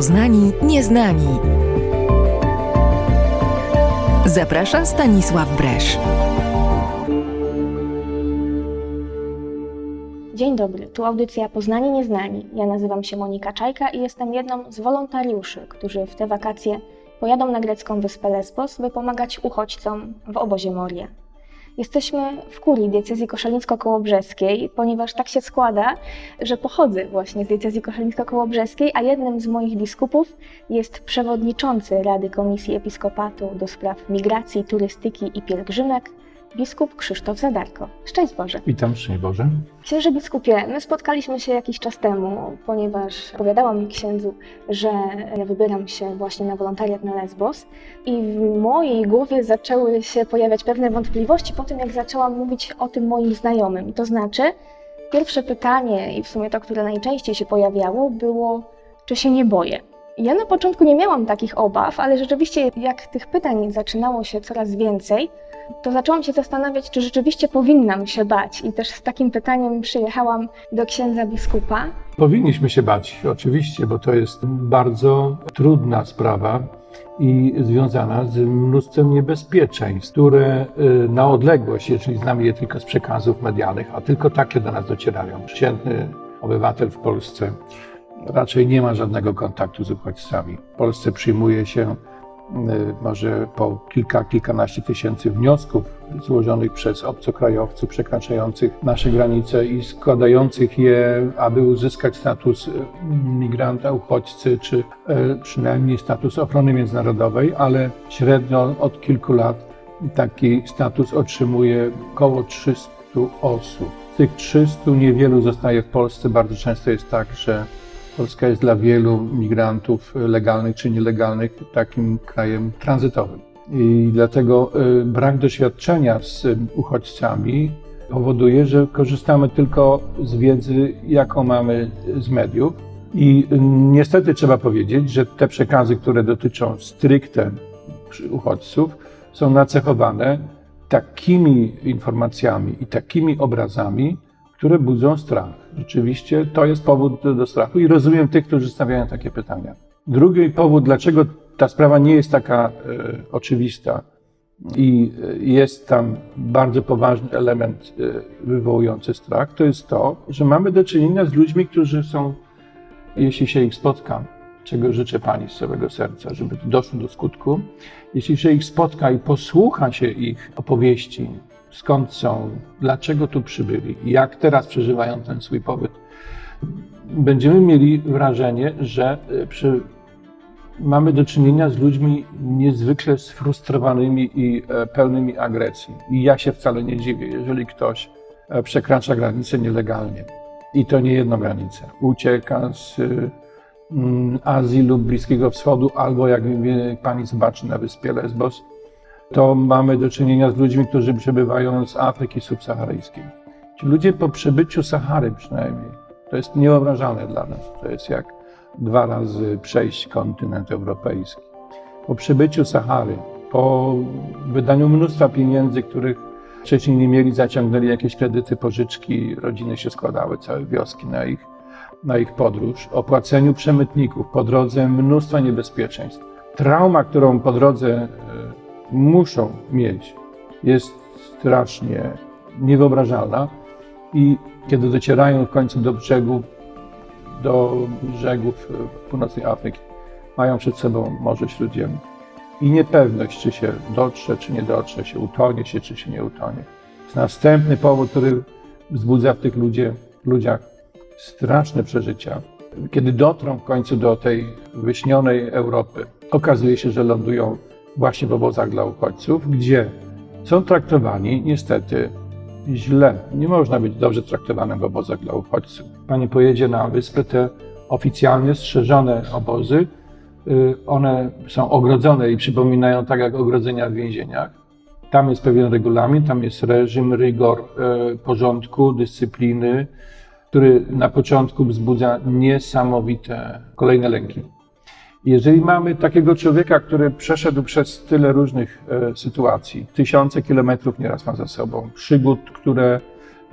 Poznani Nieznani. Zaprasza Stanisław Bresz. Dzień dobry, tu audycja Poznani Nieznani. Ja nazywam się Monika Czajka i jestem jedną z wolontariuszy, którzy w te wakacje pojadą na grecką wyspę Lesbos, by pomagać uchodźcom w obozie Moria. Jesteśmy w kurii diecezji koszalińsko-kołobrzeskiej, ponieważ tak się składa, że pochodzę właśnie z diecezji koszalińsko-kołobrzeskiej, a jednym z moich biskupów jest przewodniczący Rady Komisji Episkopatu do spraw migracji, turystyki i pielgrzymek, biskup Krzysztof Zadarko. Szczęść Boże. Witam, szczęść Boże. Księże biskupie, my spotkaliśmy się jakiś czas temu, ponieważ opowiadałam mi księdzu, że ja wybieram się właśnie na wolontariat na Lesbos i w mojej głowie zaczęły się pojawiać pewne wątpliwości po tym, jak zaczęłam mówić o tym moim znajomym. To znaczy, pierwsze pytanie i w sumie to, które najczęściej się pojawiało, było, czy się nie boję. Ja na początku nie miałam takich obaw, ale rzeczywiście jak tych pytań zaczynało się coraz więcej, to zaczęłam się zastanawiać, czy rzeczywiście powinnam się bać. I też z takim pytaniem przyjechałam do księdza biskupa. Powinniśmy się bać, oczywiście, bo to jest bardzo trudna sprawa i związana z mnóstwem niebezpieczeństw, które na odległość, jeżeli znamy je tylko z przekazów medialnych, a tylko takie do nas docierają. Przeciętny obywatel w Polsce raczej nie ma żadnego kontaktu z uchodźcami. W Polsce przyjmuje się może po kilkanaście tysięcy wniosków złożonych przez obcokrajowców przekraczających nasze granice i składających je, aby uzyskać status migranta, uchodźcy, czy przynajmniej status ochrony międzynarodowej, ale średnio od kilku lat taki status otrzymuje około 300 osób. Z tych 300 niewielu zostaje w Polsce. Bardzo często jest tak, że Polska jest dla wielu migrantów legalnych czy nielegalnych takim krajem tranzytowym. I dlatego brak doświadczenia z uchodźcami powoduje, że korzystamy tylko z wiedzy, jaką mamy z mediów. I niestety trzeba powiedzieć, że te przekazy, które dotyczą stricte uchodźców, są nacechowane takimi informacjami i takimi obrazami, które budzą strach. Rzeczywiście to jest powód do strachu i rozumiem tych, którzy stawiają takie pytania. Drugi powód, dlaczego ta sprawa nie jest taka oczywista i jest tam bardzo poważny element wywołujący strach, to jest to, że mamy do czynienia z ludźmi, którzy są, jeśli się ich spotka, czego życzę Pani z całego serca, żeby to doszło do skutku, jeśli się ich spotka i posłucha się ich opowieści, skąd są, dlaczego tu przybyli, jak teraz przeżywają ten swój pobyt, będziemy mieli wrażenie, że mamy do czynienia z ludźmi niezwykle sfrustrowanymi i pełnymi agresji. I ja się wcale nie dziwię, jeżeli ktoś przekracza granicę nielegalnie. I to nie jedną granicę. Ucieka z Azji lub Bliskiego Wschodu, albo jak Pani zobaczy na wyspie Lesbos, to mamy do czynienia z ludźmi, którzy przybywają z Afryki subsaharyjskiej. Ci ludzie po przebyciu Sahary przynajmniej, to jest niewyobrażalne dla nas, to jest jak 2 razy przejść kontynent europejski. Po przebyciu Sahary, po wydaniu mnóstwa pieniędzy, których wcześniej nie mieli, zaciągnęli jakieś kredyty, pożyczki, rodziny się składały, całe wioski na ich podróż, opłaceniu przemytników, po drodze mnóstwa niebezpieczeństw. Trauma, którą po drodze muszą mieć, jest strasznie niewyobrażalna i kiedy docierają w końcu do brzegów północnej Afryki, mają przed sobą Morze Śródziemne i niepewność, czy się dotrze, czy nie dotrze, się utonie się, czy się nie utonie. To jest następny powód, który wzbudza w tych ludziach straszne przeżycia. Kiedy dotrą w końcu do tej wyśnionej Europy, okazuje się, że lądują właśnie w obozach dla uchodźców, gdzie są traktowani niestety źle. Nie można być dobrze traktowanym w obozach dla uchodźców. Pani pojedzie na wyspę, te oficjalnie strzeżone obozy, one są ogrodzone i przypominają tak jak ogrodzenia w więzieniach. Tam jest pewien regulamin, tam jest reżim, rygor porządku, dyscypliny, który na początku wzbudza niesamowite kolejne lęki. Jeżeli mamy takiego człowieka, który przeszedł przez tyle różnych sytuacji, tysiące kilometrów nieraz ma za sobą, przygód, które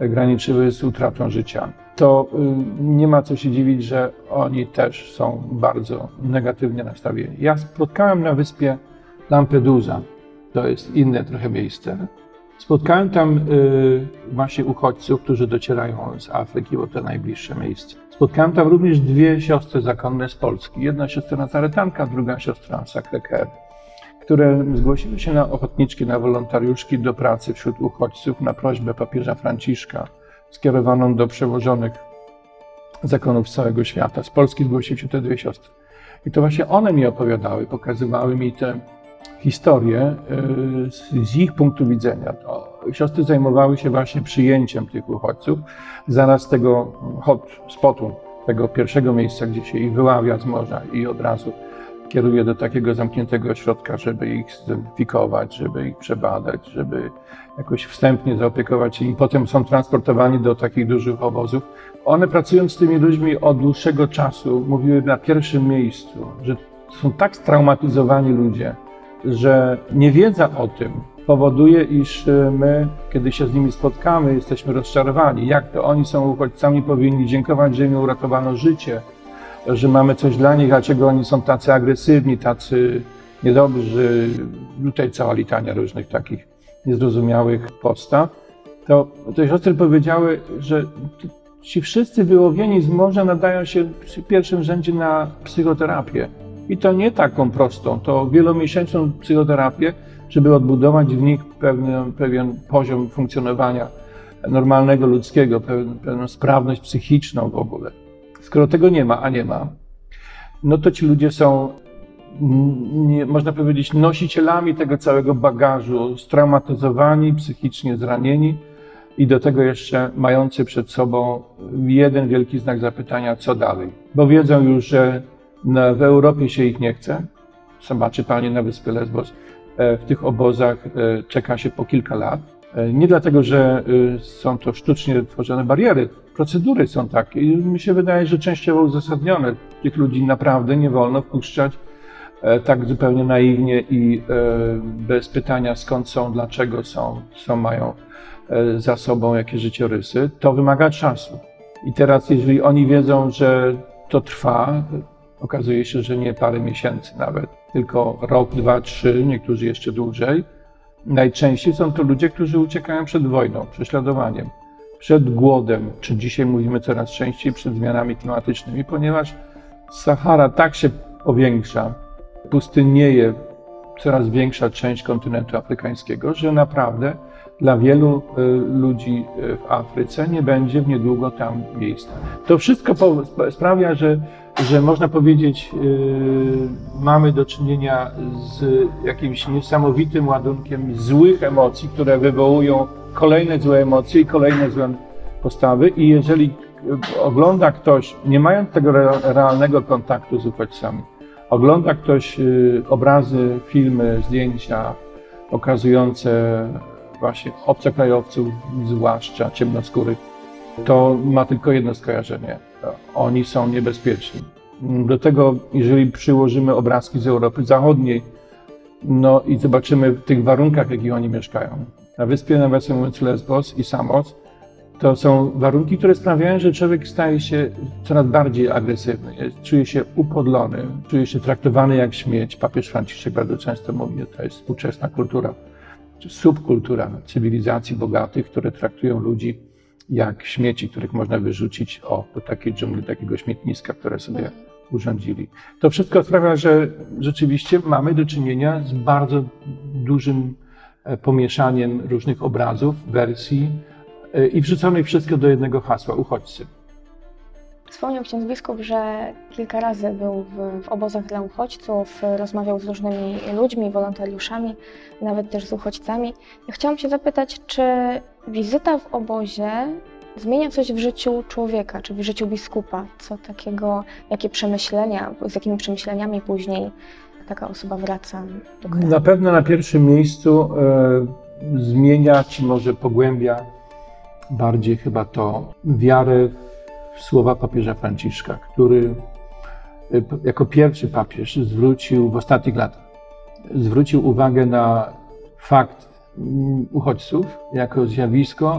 graniczyły z utratą życia. To nie ma co się dziwić, że oni też są bardzo negatywnie nastawieni. Ja spotkałem na wyspie Lampedusa, to jest inne trochę miejsce. Spotkałem tam właśnie uchodźców, którzy docierają z Afryki, bo to najbliższe miejsce. Spotkałem tam również 2 siostry zakonne z Polski. Jedna siostra nazaretanka, druga siostra Sacré-Cœur, które zgłosiły się na ochotniczki, na wolontariuszki do pracy wśród uchodźców na prośbę papieża Franciszka, skierowaną do przełożonych zakonów z całego świata. Z Polski zgłosiły się te 2 siostry. I to właśnie one mi opowiadały, pokazywały mi te historie z ich punktu widzenia. To siostry zajmowały się właśnie przyjęciem tych uchodźców. Zaraz tego hotspotu, tego pierwszego miejsca, gdzie się ich wyławia z morza i od razu kieruje do takiego zamkniętego ośrodka, żeby ich zidentyfikować, żeby ich przebadać, żeby jakoś wstępnie zaopiekować się. I potem są transportowani do takich dużych obozów. One, pracując z tymi ludźmi od dłuższego czasu, mówiły na pierwszym miejscu, że są tak straumatyzowani ludzie, że niewiedza o tym powoduje, iż my, kiedy się z nimi spotkamy, jesteśmy rozczarowani. Jak to oni są uchodźcami, powinni dziękować, że im uratowano życie, że mamy coś dla nich, dlaczego oni są tacy agresywni, tacy niedobrzy. Tutaj cała litania różnych takich niezrozumiałych postaw. To te siostry powiedziały, że ci wszyscy wyłowieni z morza nadają się w pierwszym rzędzie na psychoterapię. I to nie taką prostą, to wielomiesięczną psychoterapię, żeby odbudować w nich pewien poziom funkcjonowania normalnego, ludzkiego, pewną sprawność psychiczną w ogóle. Skoro tego nie ma, a nie ma, no to ci ludzie są, można powiedzieć, nosicielami tego całego bagażu, straumatyzowani, psychicznie zranieni i do tego jeszcze mający przed sobą jeden wielki znak zapytania, co dalej. Bo wiedzą już, że w Europie się ich nie chce. Zobaczy Pani na wyspie Lesbos. W tych obozach czeka się po kilka lat. Nie dlatego, że są to sztucznie tworzone bariery. Procedury są takie i mi się wydaje, że częściowo uzasadnione. Tych ludzi naprawdę nie wolno wpuszczać tak zupełnie naiwnie i bez pytania skąd są, dlaczego są, co mają za sobą, jakie życiorysy. To wymaga czasu. I teraz, jeżeli oni wiedzą, że to trwa, okazuje się, że nie parę miesięcy nawet, tylko rok, 2, 3, niektórzy jeszcze dłużej. Najczęściej są to ludzie, którzy uciekają przed wojną, prześladowaniem, przed głodem, czy dzisiaj mówimy coraz częściej przed zmianami klimatycznymi, ponieważ Sahara tak się powiększa, pustynieje coraz większa część kontynentu afrykańskiego, że naprawdę dla wielu ludzi w Afryce nie będzie w niedługo tam miejsca. To wszystko sprawia, że można powiedzieć, mamy do czynienia z jakimś niesamowitym ładunkiem złych emocji, które wywołują kolejne złe emocje i kolejne złe postawy. I jeżeli ogląda ktoś, nie mając tego realnego kontaktu z uchodźcami, ogląda ktoś obrazy, filmy, zdjęcia pokazujące właśnie obcokrajowców, zwłaszcza ciemnoskórych, to ma tylko jedno skojarzenie. Oni są niebezpieczni. Do tego, jeżeli przyłożymy obrazki z Europy Zachodniej, no i zobaczymy w tych warunkach, w jakich oni mieszkają. Na wyspie, nawiasem mówiąc, Lesbos i Samos, to są warunki, które sprawiają, że człowiek staje się coraz bardziej agresywny, czuje się upodlony, czuje się traktowany jak śmieć. Papież Franciszek bardzo często mówi, że to jest współczesna kultura, czy subkultura cywilizacji bogatych, które traktują ludzi jak śmieci, których można wyrzucić do takiej dżungli, takiego śmietniska, które sobie urządzili. To wszystko sprawia, że rzeczywiście mamy do czynienia z bardzo dużym pomieszaniem różnych obrazów, wersji i wrzuconych wszystko do jednego hasła: uchodźcy. Wspomniał ksiądz biskup, że kilka razy był w obozach dla uchodźców, rozmawiał z różnymi ludźmi, wolontariuszami, nawet też z uchodźcami. Ja chciałam się zapytać, czy wizyta w obozie zmienia coś w życiu człowieka, czy w życiu biskupa? Co takiego, jakie przemyślenia, z jakimi przemyśleniami później taka osoba wraca do kraju? Na pewno na pierwszym miejscu zmienia, czy może pogłębia bardziej chyba to wiarę w słowa papieża Franciszka, który jako pierwszy papież w ostatnich latach zwrócił uwagę na fakt uchodźców jako zjawisko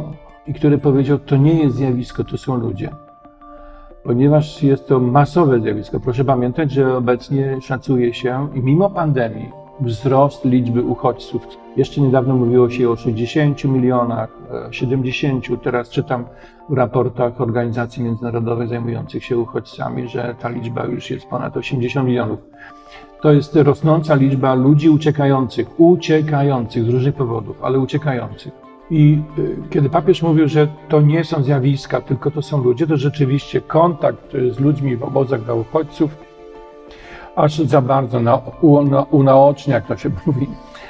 i który powiedział, to nie jest zjawisko, to są ludzie. Ponieważ jest to masowe zjawisko. Proszę pamiętać, że obecnie szacuje się, i mimo pandemii, wzrost liczby uchodźców. Jeszcze niedawno mówiło się o 60 milionach, 70. Teraz czytam w raportach organizacji międzynarodowych zajmujących się uchodźcami, że ta liczba już jest ponad 80 milionów. To jest rosnąca liczba ludzi uciekających z różnych powodów, ale uciekających. I kiedy papież mówił, że to nie są zjawiska, tylko to są ludzie, to rzeczywiście kontakt z ludźmi w obozach dla uchodźców aż za bardzo unaocznia, jak to się mówi,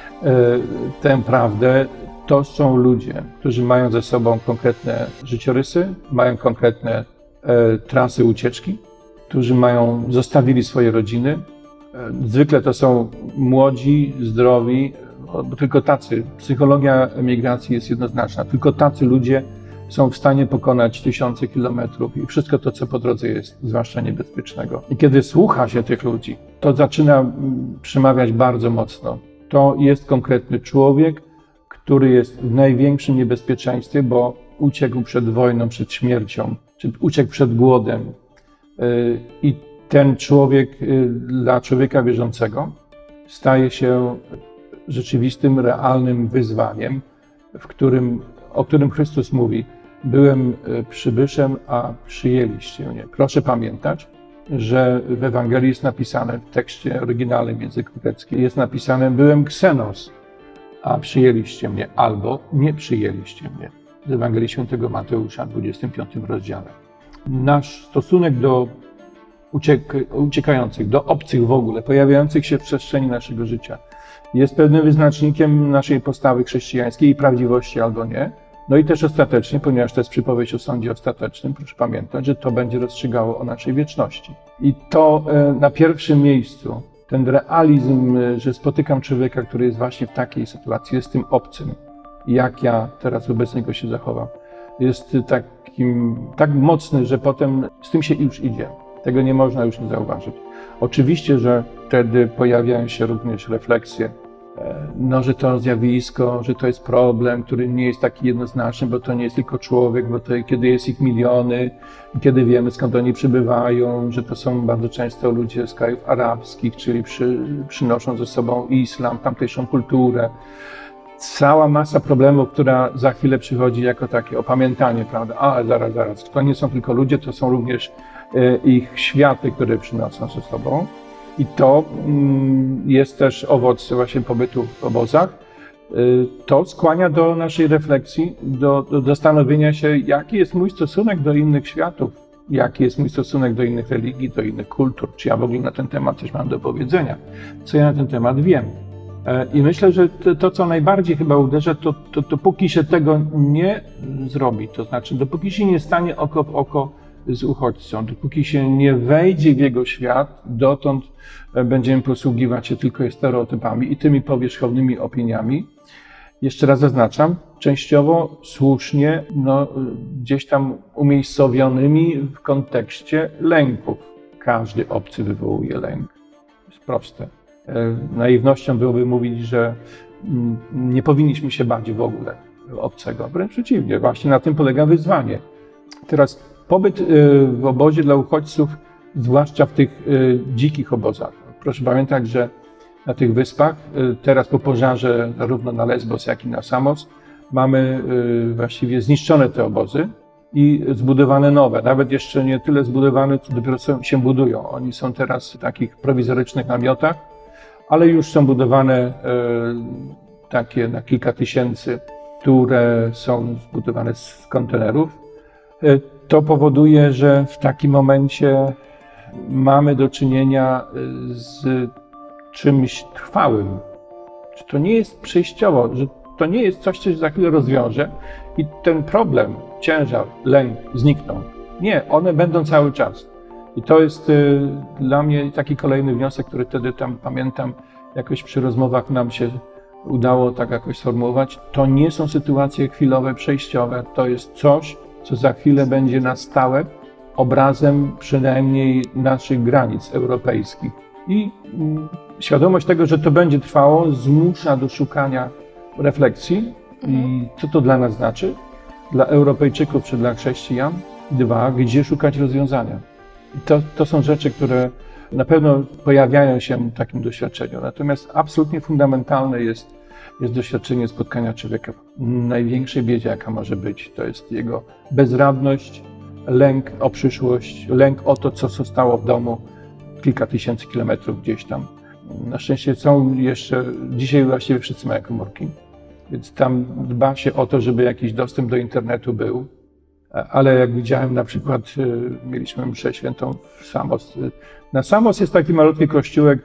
tę prawdę. To są ludzie, którzy mają ze sobą konkretne życiorysy, mają konkretne trasy ucieczki, którzy zostawili swoje rodziny. Zwykle to są młodzi, zdrowi, bo tylko tacy, psychologia emigracji jest jednoznaczna, tylko tacy ludzie są w stanie pokonać tysiące kilometrów i wszystko to, co po drodze jest, zwłaszcza niebezpiecznego. I kiedy słucha się tych ludzi, to zaczyna przemawiać bardzo mocno. To jest konkretny człowiek, który jest w największym niebezpieczeństwie, bo uciekł przed wojną, przed śmiercią, czy uciekł przed głodem. I ten człowiek dla człowieka wierzącego staje się rzeczywistym, realnym wyzwaniem, o którym Chrystus mówi: byłem przybyszem, a przyjęliście mnie. Proszę pamiętać, że w Ewangelii jest napisane, w tekście oryginalnym w języku greckim jest napisane: byłem ksenos, a przyjęliście mnie, albo nie przyjęliście mnie. Z Ewangelii Świętego Mateusza w 25 rozdziale. Nasz stosunek do uciekających, do obcych w ogóle, pojawiających się w przestrzeni naszego życia, jest pewnym wyznacznikiem naszej postawy chrześcijańskiej i prawdziwości albo nie. No i też ostatecznie, ponieważ to jest przypowieść o sądzie ostatecznym, proszę pamiętać, że to będzie rozstrzygało o naszej wieczności. I to na pierwszym miejscu, ten realizm, że spotykam człowieka, który jest właśnie w takiej sytuacji, jest tym obcym, jak ja teraz wobec niego się zachowam, jest tak mocny, że potem z tym się już idzie. Tego nie można już nie zauważyć. Oczywiście, że wtedy pojawiają się również refleksje, że to zjawisko, że to jest problem, który nie jest taki jednoznaczny, bo to nie jest tylko człowiek, bo to kiedy jest ich miliony, kiedy wiemy, skąd oni przybywają, że to są bardzo często ludzie z krajów arabskich, czyli przynoszą ze sobą islam, tamtejszą kulturę. Cała masa problemów, która za chwilę przychodzi jako takie opamiętanie, prawda? A zaraz, to nie są tylko ludzie, to są również ich światy, które przynoszą ze sobą. I to jest też owoc właśnie pobytu w obozach. To skłania do naszej refleksji, do zastanowienia się, jaki jest mój stosunek do innych światów, jaki jest mój stosunek do innych religii, do innych kultur, czy ja w ogóle na ten temat coś mam do powiedzenia, co ja na ten temat wiem. I myślę, że to co najbardziej chyba uderza, to dopóki się tego nie zrobi, to znaczy dopóki się nie stanie oko w oko z uchodźcą, dopóki się nie wejdzie w jego świat, dotąd będziemy posługiwać się tylko stereotypami i tymi powierzchownymi opiniami. Jeszcze raz zaznaczam, częściowo słusznie, gdzieś tam umiejscowionymi w kontekście lęków. Każdy obcy wywołuje lęk. To jest proste. Naiwnością byłoby mówić, że nie powinniśmy się bać w ogóle obcego. Wręcz przeciwnie, właśnie na tym polega wyzwanie. Teraz pobyt w obozie dla uchodźców, zwłaszcza w tych dzikich obozach. Proszę pamiętać, że na tych wyspach, teraz po pożarze zarówno na Lesbos, jak i na Samos, mamy właściwie zniszczone te obozy i zbudowane nowe. Nawet jeszcze nie tyle zbudowane, co dopiero się budują. Oni są teraz w takich prowizorycznych namiotach, ale już są budowane takie na kilka tysięcy, które są zbudowane z kontenerów. To powoduje, że w takim momencie mamy do czynienia z czymś trwałym. Że to nie jest przejściowo, że to nie jest coś, co się za chwilę rozwiąże i ten problem, ciężar, lęk znikną. Nie, one będą cały czas. I to jest dla mnie taki kolejny wniosek, który wtedy tam pamiętam, jakoś przy rozmowach nam się udało tak jakoś sformułować. To nie są sytuacje chwilowe, przejściowe, to jest coś, co za chwilę będzie na stałe obrazem przynajmniej naszych granic europejskich. I świadomość tego, że to będzie trwało, zmusza do szukania refleksji. I co to dla nas znaczy? dla Europejczyków czy dla chrześcijan. 2, gdzie szukać rozwiązania. I to są rzeczy, które na pewno pojawiają się w takim doświadczeniu. Natomiast absolutnie fundamentalne jest doświadczenie spotkania człowieka w największej biedzie, jaka może być. To jest jego bezradność, lęk o przyszłość, lęk o to, co zostało w domu kilka tysięcy kilometrów gdzieś tam. Na szczęście są jeszcze, dzisiaj właściwie wszyscy mają komórki, więc tam dba się o to, żeby jakiś dostęp do internetu był. Ale jak widziałem, na przykład mieliśmy mszę świętą w Samos. Na Samos jest taki malutki kościółek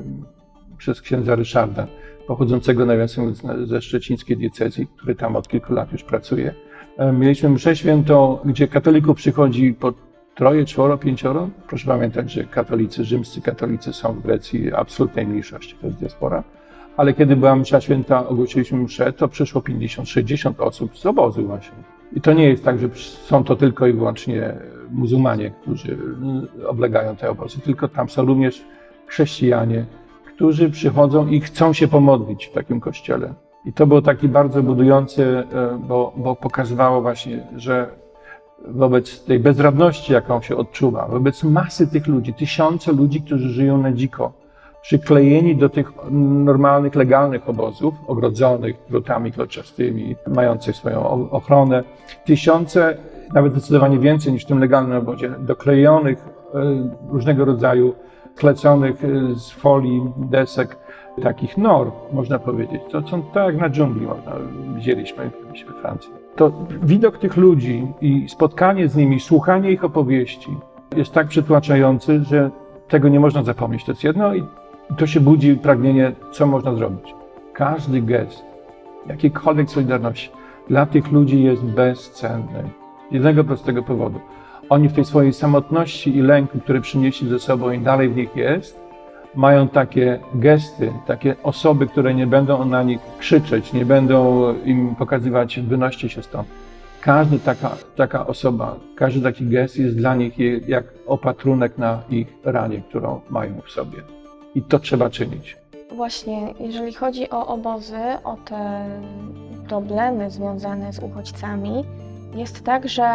przez księdza Ryszarda, pochodzącego nawiasem ze szczecińskiej diecezji, który tam od kilku lat już pracuje. Mieliśmy mszę świętą, gdzie katolików przychodzi po 3, 4, 5. Proszę pamiętać, że rzymscy katolicy są w Grecji absolutnej mniejszości, to jest diaspora. Ale kiedy była msza święta, ogłosiliśmy mszę, to przyszło 50-60 osób z obozu właśnie. I to nie jest tak, że są to tylko i wyłącznie muzułmanie, którzy oblegają te obozy, tylko tam są również chrześcijanie, którzy przychodzą i chcą się pomodlić w takim kościele. I to było taki bardzo budujące, bo pokazywało właśnie, że wobec tej bezradności, jaką się odczuwa, wobec masy tych ludzi, tysiące ludzi, którzy żyją na dziko, przyklejeni do tych normalnych, legalnych obozów, ogrodzonych drutami kolczastymi, mających swoją ochronę. Tysiące, nawet zdecydowanie więcej niż w tym legalnym obozie, doklejonych różnego rodzaju, kleconych z folii, desek, takich nor, można powiedzieć. To są tak jak na dżungli, widzieliśmy w Francji. To widok tych ludzi i spotkanie z nimi, słuchanie ich opowieści jest tak przytłaczający, że tego nie można zapomnieć. To jest jedno i to się budzi pragnienie, co można zrobić. Każdy gest, jakiejkolwiek solidarności dla tych ludzi jest bezcenny. Z jednego prostego powodu. Oni w tej swojej samotności i lęku, które przynieśli ze sobą i dalej w nich jest, mają takie gesty, takie osoby, które nie będą na nich krzyczeć, nie będą im pokazywać, wynoście się stąd. Każda taka osoba, każdy taki gest jest dla nich jak opatrunek na ich ranie, którą mają w sobie. I to trzeba czynić. Właśnie, jeżeli chodzi o obozy, o te problemy związane z uchodźcami, jest tak, że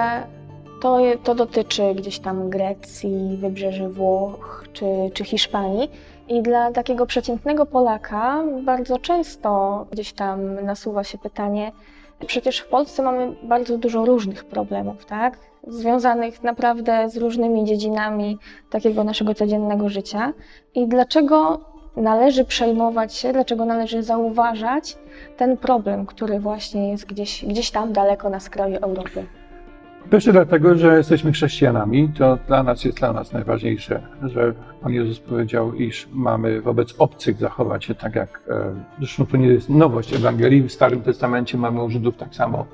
to dotyczy gdzieś tam Grecji, wybrzeży Włoch czy Hiszpanii. I dla takiego przeciętnego Polaka bardzo często gdzieś tam nasuwa się pytanie, przecież w Polsce mamy bardzo dużo różnych problemów, tak? Związanych naprawdę z różnymi dziedzinami takiego naszego codziennego życia. I dlaczego należy przejmować się, dlaczego należy zauważać ten problem, który właśnie jest gdzieś tam daleko na skraju Europy? Pierwsze dlatego, że jesteśmy chrześcijanami, to dla nas najważniejsze, że Pan Jezus powiedział, iż mamy wobec obcych zachować się tak jak, zresztą to nie jest nowość Ewangelii, w Starym Testamencie mamy u Żydów tak samo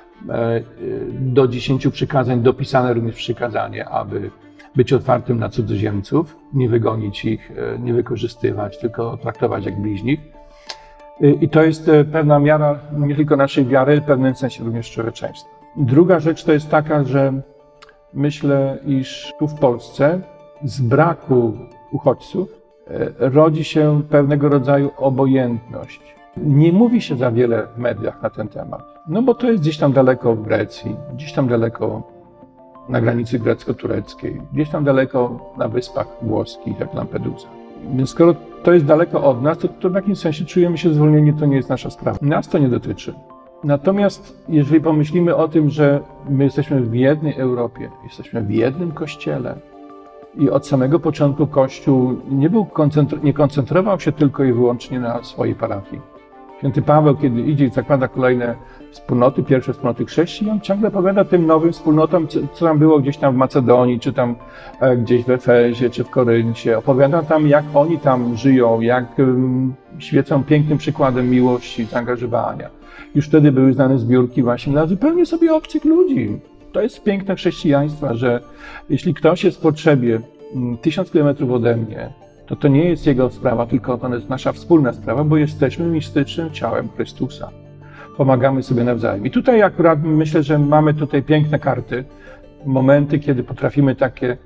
do 10 przykazań dopisane również przykazanie, aby być otwartym na cudzoziemców, nie wygonić ich, nie wykorzystywać, tylko traktować jak bliźnich. I to jest pewna miara nie tylko naszej wiary, ale w pewnym sensie również człowieczeństwa. Druga rzecz to jest taka, że myślę, iż tu w Polsce z braku uchodźców rodzi się pewnego rodzaju obojętność. Nie mówi się za wiele w mediach na ten temat, no bo to jest gdzieś tam daleko w Grecji, gdzieś tam daleko na granicy grecko-tureckiej, gdzieś tam daleko na wyspach włoskich, jak Lampedusa. Więc skoro to jest daleko od nas, to w jakimś sensie czujemy się zwolnieni, to nie jest nasza sprawa. Nas to nie dotyczy. Natomiast jeżeli pomyślimy o tym, że my jesteśmy w jednej Europie, jesteśmy w jednym Kościele i od samego początku Kościół nie koncentrował się tylko i wyłącznie na swojej parafii. Święty Paweł, kiedy idzie i zakłada kolejne wspólnoty, pierwsze wspólnoty chrześcijan, ciągle opowiada tym nowym wspólnotom, co tam było gdzieś tam w Macedonii, czy tam gdzieś w Efezie, czy w Koryncie. Opowiada tam, jak oni tam żyją, jak świecą pięknym przykładem miłości, zaangażowania. Już wtedy były znane zbiórki właśnie dla zupełnie sobie obcych ludzi. To jest piękne chrześcijaństwa, że jeśli ktoś jest w potrzebie 1000 kilometrów ode mnie, to nie jest jego sprawa, tylko to jest nasza wspólna sprawa, bo jesteśmy mistycznym ciałem Chrystusa. Pomagamy sobie nawzajem. I tutaj akurat myślę, że mamy tutaj piękne karty, momenty, kiedy potrafimy takie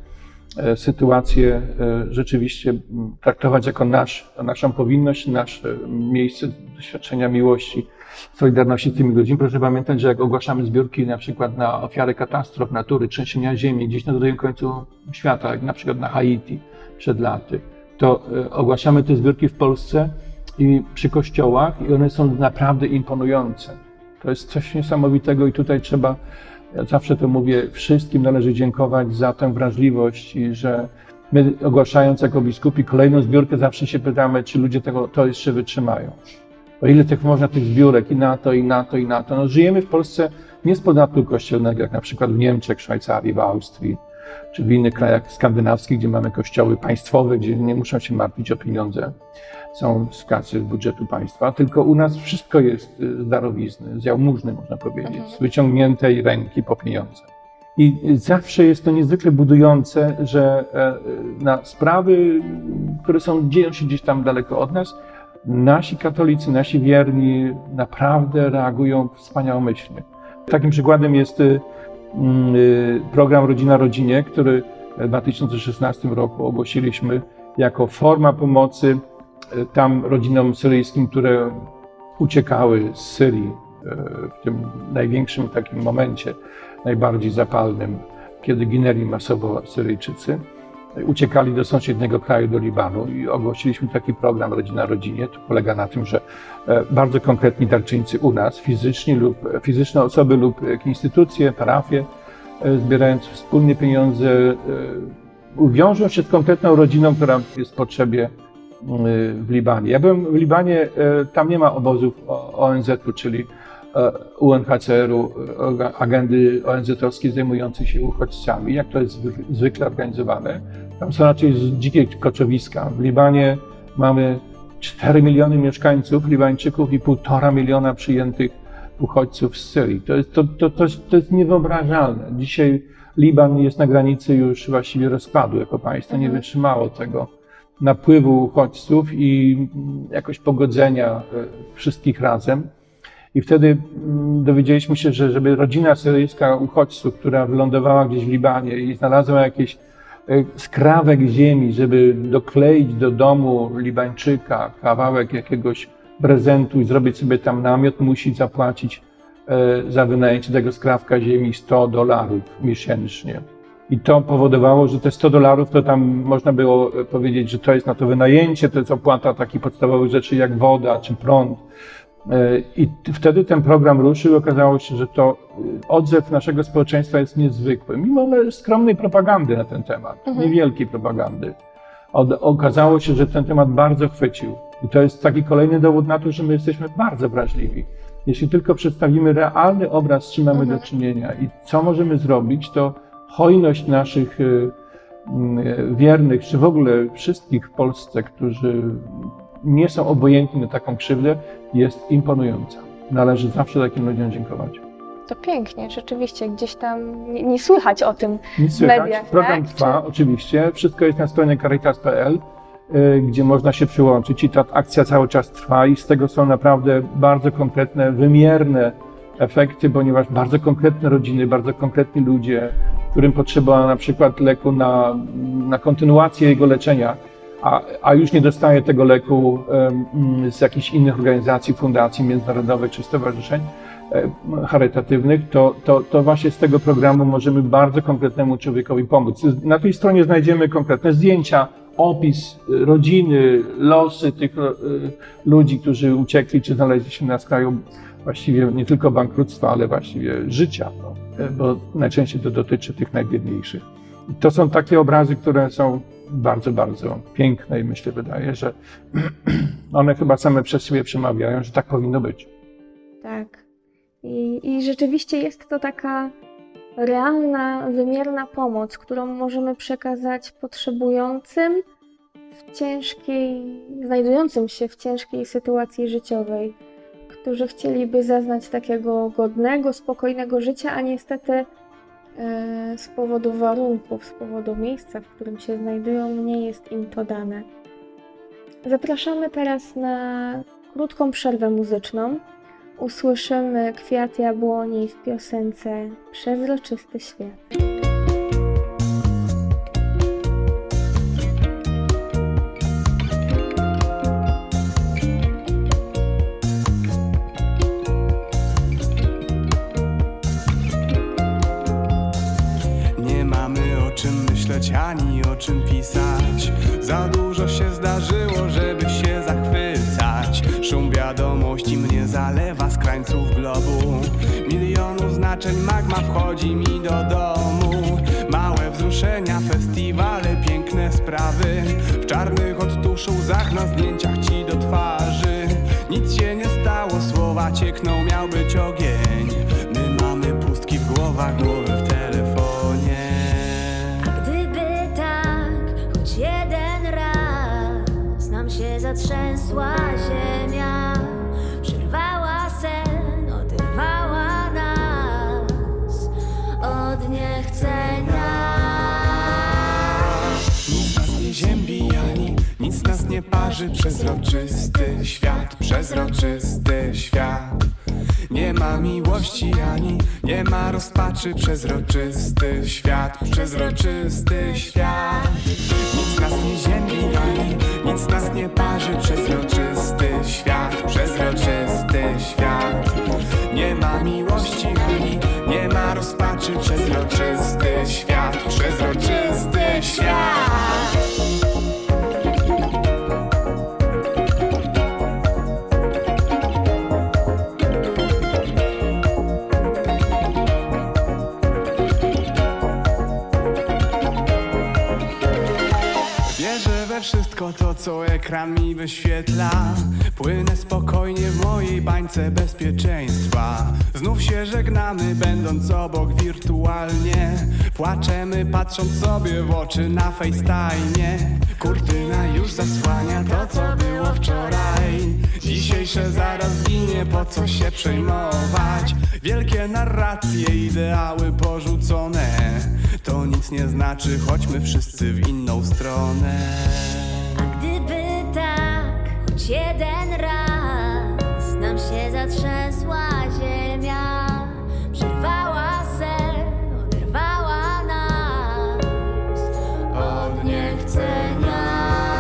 sytuację rzeczywiście traktować jako naszą powinność, nasze miejsce doświadczenia miłości, solidarności z tymi ludźmi. Proszę pamiętać, że jak ogłaszamy zbiórki na przykład na ofiary katastrof natury, trzęsienia ziemi, gdzieś na drugim końcu świata, jak na przykład na Haiti przed laty, to ogłaszamy te zbiórki w Polsce i przy kościołach i one są naprawdę imponujące. To jest coś niesamowitego i tutaj trzeba, ja zawsze to mówię, wszystkim należy dziękować za tę wrażliwość i że my ogłaszając jako biskupi kolejną zbiórkę zawsze się pytamy, czy ludzie to jeszcze wytrzymają. O ile można tych zbiórek i na to, i na to, i na to. No, żyjemy w Polsce nie z podatku kościelnego, jak na przykład w Niemczech, Szwajcarii, w Austrii, czy w innych krajach skandynawskich, gdzie mamy kościoły państwowe, gdzie nie muszą się martwić o pieniądze, są z kasy budżetu państwa, tylko u nas wszystko jest z darowizny, z jałmużny można powiedzieć, z wyciągniętej ręki po pieniądze. I zawsze jest to niezwykle budujące, że na sprawy, które dzieją się gdzieś tam daleko od nas, nasi katolicy, nasi wierni naprawdę reagują wspaniałomyślnie. Takim przykładem jest program Rodzina Rodzinie, który w 2016 roku ogłosiliśmy jako forma pomocy tam rodzinom syryjskim, które uciekały z Syrii w tym największym takim momencie, najbardziej zapalnym, kiedy ginęli masowo Syryjczycy. Uciekali do sąsiedniego kraju, do Libanu i ogłosiliśmy taki program Rodzina Rodzinie. To polega na tym, że bardzo konkretni darczyńcy u nas, fizyczne osoby lub instytucje, parafie, zbierając wspólnie pieniądze, wiążą się z konkretną rodziną, która jest w potrzebie w Libanie. Ja byłem w Libanie, tam nie ma obozów ONZ-u, czyli UNHCR-u, agendy ONZ-owskiej zajmującej się uchodźcami, jak to jest zwykle organizowane. Tam są raczej dzikie koczowiska. W Libanie mamy 4 miliony mieszkańców, Libańczyków i 1,5 miliona przyjętych uchodźców z Syrii. To jest niewyobrażalne. Dzisiaj Liban jest na granicy już właściwie rozpadu jako państwo, nie wytrzymało tego napływu uchodźców i jakoś pogodzenia wszystkich razem. I wtedy dowiedzieliśmy się, że żeby rodzina syryjska uchodźców, która wylądowała gdzieś w Libanie i znalazła jakiś skrawek ziemi, żeby dokleić do domu Libańczyka kawałek jakiegoś prezentu i zrobić sobie tam namiot, musi zapłacić za wynajęcie tego skrawka ziemi $100 miesięcznie. I to powodowało, że te $100 to tam można było powiedzieć, że to jest na to wynajęcie, to jest opłata takich podstawowych rzeczy jak woda czy prąd. I wtedy ten program ruszył i okazało się, że to odzew naszego społeczeństwa jest niezwykły, mimo skromnej propagandy na ten temat, niewielkiej propagandy. Okazało się, że ten temat bardzo chwycił. I to jest taki kolejny dowód na to, że my jesteśmy bardzo wrażliwi. Jeśli tylko przedstawimy realny obraz, z czym mamy do czynienia i co możemy zrobić, to hojność naszych wiernych, czy w ogóle wszystkich w Polsce, którzy nie są obojętni na taką krzywdę, jest imponująca. Należy zawsze takim ludziom dziękować. To pięknie, rzeczywiście, gdzieś tam nie słychać o tym w mediach. Program trwa, oczywiście. Wszystko jest na stronie caritas.pl, gdzie można się przyłączyć i ta akcja cały czas trwa i z tego są naprawdę bardzo konkretne, wymierne efekty, ponieważ bardzo konkretne rodziny, bardzo konkretni ludzie, którym potrzeba na przykład leku na kontynuację jego leczenia, a już nie dostaje tego leku z jakichś innych organizacji, fundacji międzynarodowych czy stowarzyszeń charytatywnych, to właśnie z tego programu możemy bardzo konkretnemu człowiekowi pomóc. Na tej stronie znajdziemy konkretne zdjęcia, opis rodziny, losy tych ludzi, którzy uciekli czy znaleźli się na skraju właściwie nie tylko bankructwa, ale właściwie życia, bo najczęściej to dotyczy tych najbiedniejszych. To są takie obrazy, które są bardzo, bardzo piękne i myślę, wydaje, że one chyba same przez siebie przemawiają, że tak powinno być. Tak. I rzeczywiście jest to taka realna, wymierna pomoc, którą możemy przekazać potrzebującym znajdującym się w ciężkiej sytuacji życiowej, którzy chcieliby zaznać takiego godnego, spokojnego życia, a niestety z powodu warunków, z powodu miejsca, w którym się znajdują, nie jest im to dane. Zapraszamy teraz na krótką przerwę muzyczną. Usłyszymy Kwiat Jabłoni w piosence Przezroczysty Świat. o czym pisać. Za dużo się zdarzyło, żeby się zachwycać. Szum wiadomości mnie zalewa z krańców globu. Milionów znaczeń magma wchodzi mi do domu. Małe wzruszenia, festiwale, piękne sprawy. W czarnych od tuszu łzach na zdjęciach ci do twarzy. Nic się nie stało, słowa ciekną, miał być ogień. My mamy pustki w głowach, głowy w telefonie. A gdyby tak, choć jeden raz nam się zatrzęsła ziemia, przerwała sen, oderwała nas od niechcenia. Nic nas nie ziębi ani nic nas nie parzy. Przezroczysty świat, przezroczysty świat. Nie ma miłości ani nie ma rozpaczy. Przezroczysty świat, przezroczysty świat. Nic nas nie ziębi ani nic nas nie parzy. Przezroczysty świat, przezroczysty świat. Nie ma miłości ani nie ma rozpaczy. Przezroczysty świat, przezroczysty świat. Wszystko to, co ekran mi wyświetla. Płynę spokojnie w mojej bańce bezpieczeństwa. Znów się żegnamy, będąc obok wirtualnie. Płaczemy, patrząc sobie w oczy na FaceTime. Kurtyna już zasłania to, co było wczoraj. Dzisiejsze zaraz zginie, po co się przejmować. Wielkie narracje, ideały porzucone. To nic nie znaczy, chodźmy wszyscy w inną stronę. A gdyby tak, choć jeden raz nam się zatrzęsła ziemia, przerwała sen, oderwała nas od niechcenia.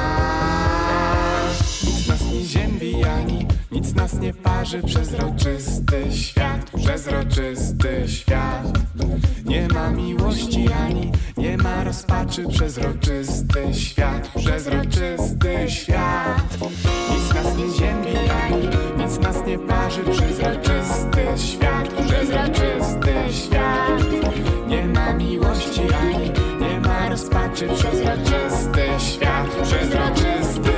Nic nas nie ziębi ani nic nas nie parzy. Przezroczysty świat, przezroczysty świat. Nie ma miłości ani nie ma rozpaczy. Przezroczysty świat, przezroczysty świat. Nic nas nie ziębi ani nic nas nie parzy. Przezroczysty świat, przezroczysty świat. Nie ma miłości ani nie ma rozpaczy. Przezroczysty świat, przezroczysty.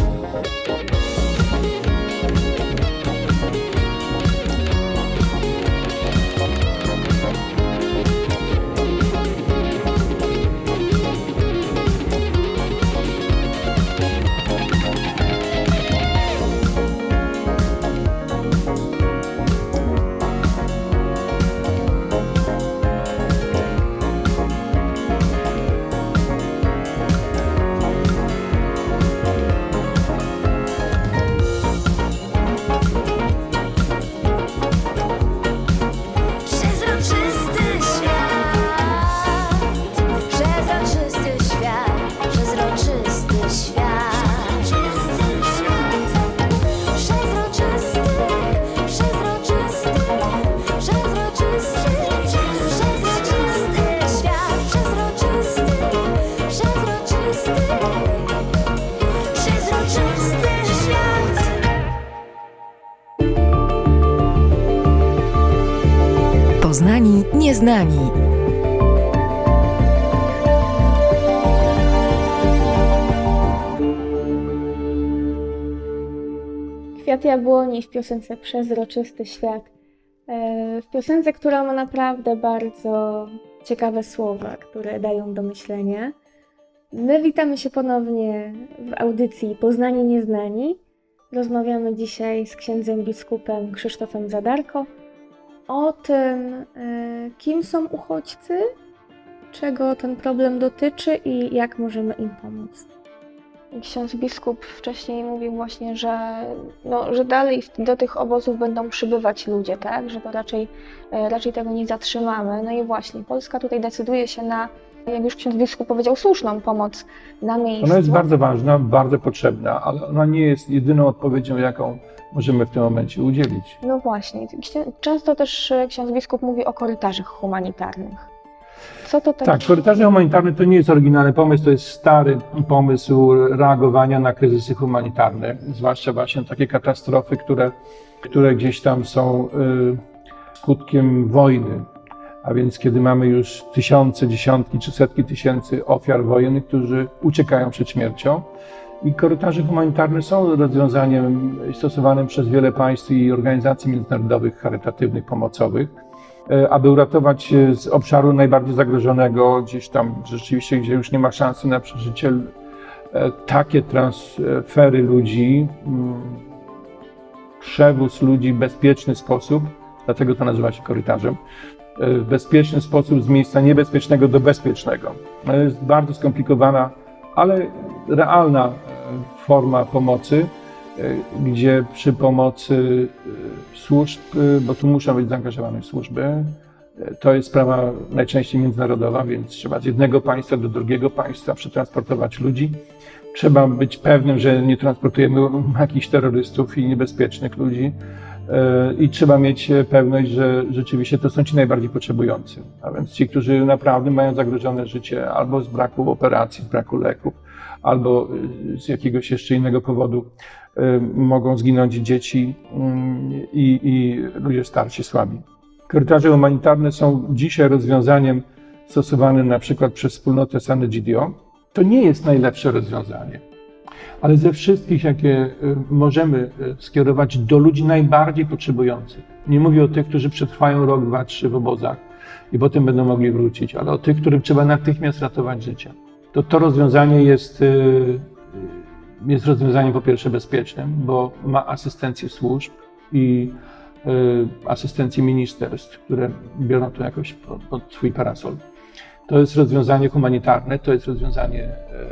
Poznani nieznani. Kwiat Jabłoni w piosence Przezroczysty świat. W piosence, która ma naprawdę bardzo ciekawe słowa, które dają do myślenia. My witamy się ponownie w audycji Poznani Nieznani. Rozmawiamy dzisiaj z księdzem biskupem Krzysztofem Zadarko o tym, kim są uchodźcy, czego ten problem dotyczy i jak możemy im pomóc. Ksiądz biskup wcześniej mówił właśnie, że dalej do tych obozów będą przybywać ludzie, tak? Że to raczej tego nie zatrzymamy. No i właśnie, Polska tutaj decyduje się na, jak już ksiądz biskup powiedział, słuszną pomoc na miejscu. Ona jest bardzo ważna, bardzo potrzebna, ale ona nie jest jedyną odpowiedzią, jaką możemy w tym momencie udzielić. No właśnie. Często też ksiądz biskup mówi o korytarzach humanitarnych. Co to tak? Tak, korytarze humanitarne to nie jest oryginalny pomysł, to jest stary pomysł reagowania na kryzysy humanitarne, zwłaszcza właśnie takie katastrofy, które gdzieś tam są skutkiem wojny. A więc kiedy mamy już tysiące, dziesiątki czy setki tysięcy ofiar wojennych, którzy uciekają przed śmiercią. I korytarze humanitarne są rozwiązaniem stosowanym przez wiele państw i organizacji międzynarodowych, charytatywnych, pomocowych, aby uratować z obszaru najbardziej zagrożonego, gdzieś tam rzeczywiście, gdzie już nie ma szansy na przeżycie, takie transfery ludzi, przewóz ludzi w bezpieczny sposób, dlatego to nazywa się korytarzem, w bezpieczny sposób z miejsca niebezpiecznego do bezpiecznego. To jest bardzo skomplikowana, ale realna forma pomocy, gdzie przy pomocy służb, bo tu muszą być zaangażowane służby, to jest sprawa najczęściej międzynarodowa, więc trzeba z jednego państwa do drugiego państwa przetransportować ludzi. Trzeba być pewnym, że nie transportujemy jakichś terrorystów i niebezpiecznych ludzi. I trzeba mieć pewność, że rzeczywiście to są ci najbardziej potrzebujący. A więc ci, którzy naprawdę mają zagrożone życie albo z braku operacji, z braku leków, albo z jakiegoś jeszcze innego powodu mogą zginąć dzieci i ludzie starsi, słabi. Korytarze humanitarne są dzisiaj rozwiązaniem stosowanym na przykład przez wspólnotę San Egidio. To nie jest najlepsze rozwiązanie, ale ze wszystkich, jakie możemy skierować do ludzi najbardziej potrzebujących. Nie mówię o tych, którzy przetrwają rok, 2, 3 w obozach i potem będą mogli wrócić, ale o tych, którym trzeba natychmiast ratować życie. To rozwiązanie jest rozwiązaniem po pierwsze bezpiecznym, bo ma asystencję służb i asystencję ministerstw, które biorą to jakoś pod swój parasol. To jest rozwiązanie humanitarne, to jest rozwiązanie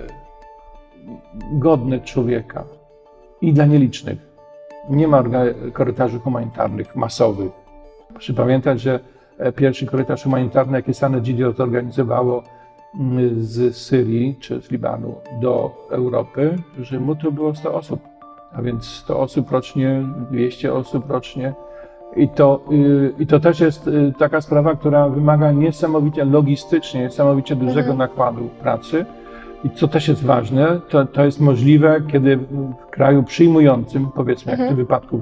godne człowieka i dla nielicznych. Nie ma korytarzy humanitarnych masowych. Proszę pamiętać, że pierwszy korytarz humanitarny, jaki San Egidio zorganizowało z Syrii czy z Libanu do Europy, Rzymu, to było 100 osób. A więc 100 osób rocznie, 200 osób rocznie. I to też jest taka sprawa, która wymaga niesamowicie logistycznie, niesamowicie dużego nakładu pracy. I co też jest ważne, to jest możliwe, kiedy w kraju przyjmującym, powiedzmy jak w tym wypadku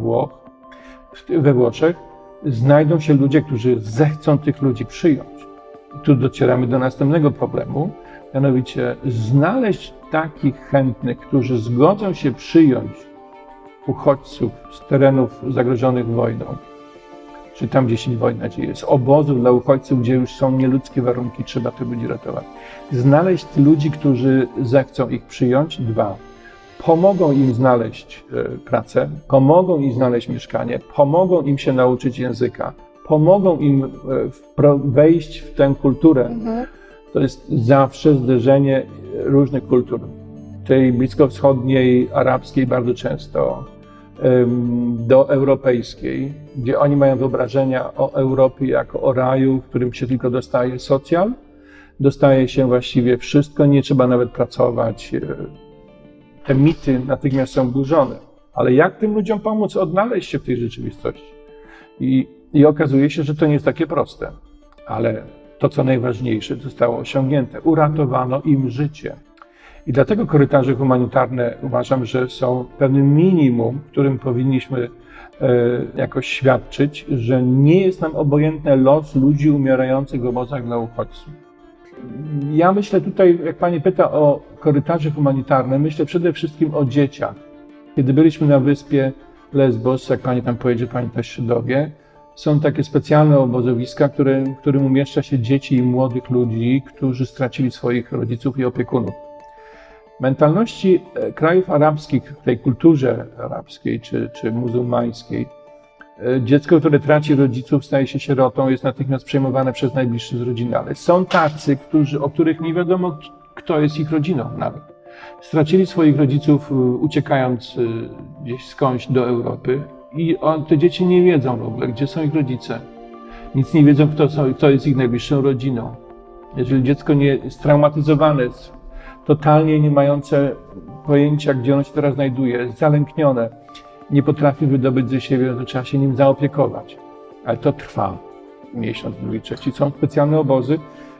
we Włoszech, znajdą się ludzie, którzy zechcą tych ludzi przyjąć. I tu docieramy do następnego problemu, mianowicie znaleźć takich chętnych, którzy zgodzą się przyjąć uchodźców z terenów zagrożonych wojną, czy tam, gdzie się wojna dzieje, z obozów dla uchodźców, gdzie już są nieludzkie warunki, trzeba tych ludzi ratować. Znaleźć ludzi, którzy zechcą ich przyjąć. 2. Pomogą im znaleźć pracę, pomogą im znaleźć mieszkanie, pomogą im się nauczyć języka, pomogą im wejść w tę kulturę. To jest zawsze zderzenie różnych kultur. Tej bliskowschodniej, arabskiej bardzo często, do europejskiej, gdzie oni mają wyobrażenia o Europie jako o raju, w którym się tylko dostaje socjal, dostaje się właściwie wszystko, nie trzeba nawet pracować. Te mity natychmiast są burzone. Ale jak tym ludziom pomóc odnaleźć się w tej rzeczywistości? I okazuje się, że to nie jest takie proste. Ale to, co najważniejsze, zostało osiągnięte. Uratowano im życie. I dlatego korytarze humanitarne uważam, że są pewnym minimum, którym powinniśmy jakoś świadczyć, że nie jest nam obojętny los ludzi umierających w obozach dla uchodźców. Ja myślę tutaj, jak Pani pyta o korytarze humanitarne, myślę przede wszystkim o dzieciach. Kiedy byliśmy na wyspie Lesbos, jak Pani tam pojedzie, Pani też się dowie, są takie specjalne obozowiska, w którym umieszcza się dzieci i młodych ludzi, którzy stracili swoich rodziców i opiekunów. W mentalności krajów arabskich, w tej kulturze arabskiej czy muzułmańskiej, dziecko, które traci rodziców, staje się sierotą, jest natychmiast przejmowane przez najbliższych z rodziny. Ale są tacy, o których nie wiadomo, kto jest ich rodziną nawet. Stracili swoich rodziców, uciekając gdzieś skądś do Europy i te dzieci nie wiedzą w ogóle, gdzie są ich rodzice. Nic nie wiedzą, kto jest ich najbliższą rodziną. Jeżeli dziecko nie jest traumatyzowane, totalnie nie mające pojęcia, gdzie ono się teraz znajduje, jest zalęknione, nie potrafi wydobyć ze siebie, to trzeba się nim zaopiekować. Ale to trwa miesiąc, drugi, trzeci. Są specjalne obozy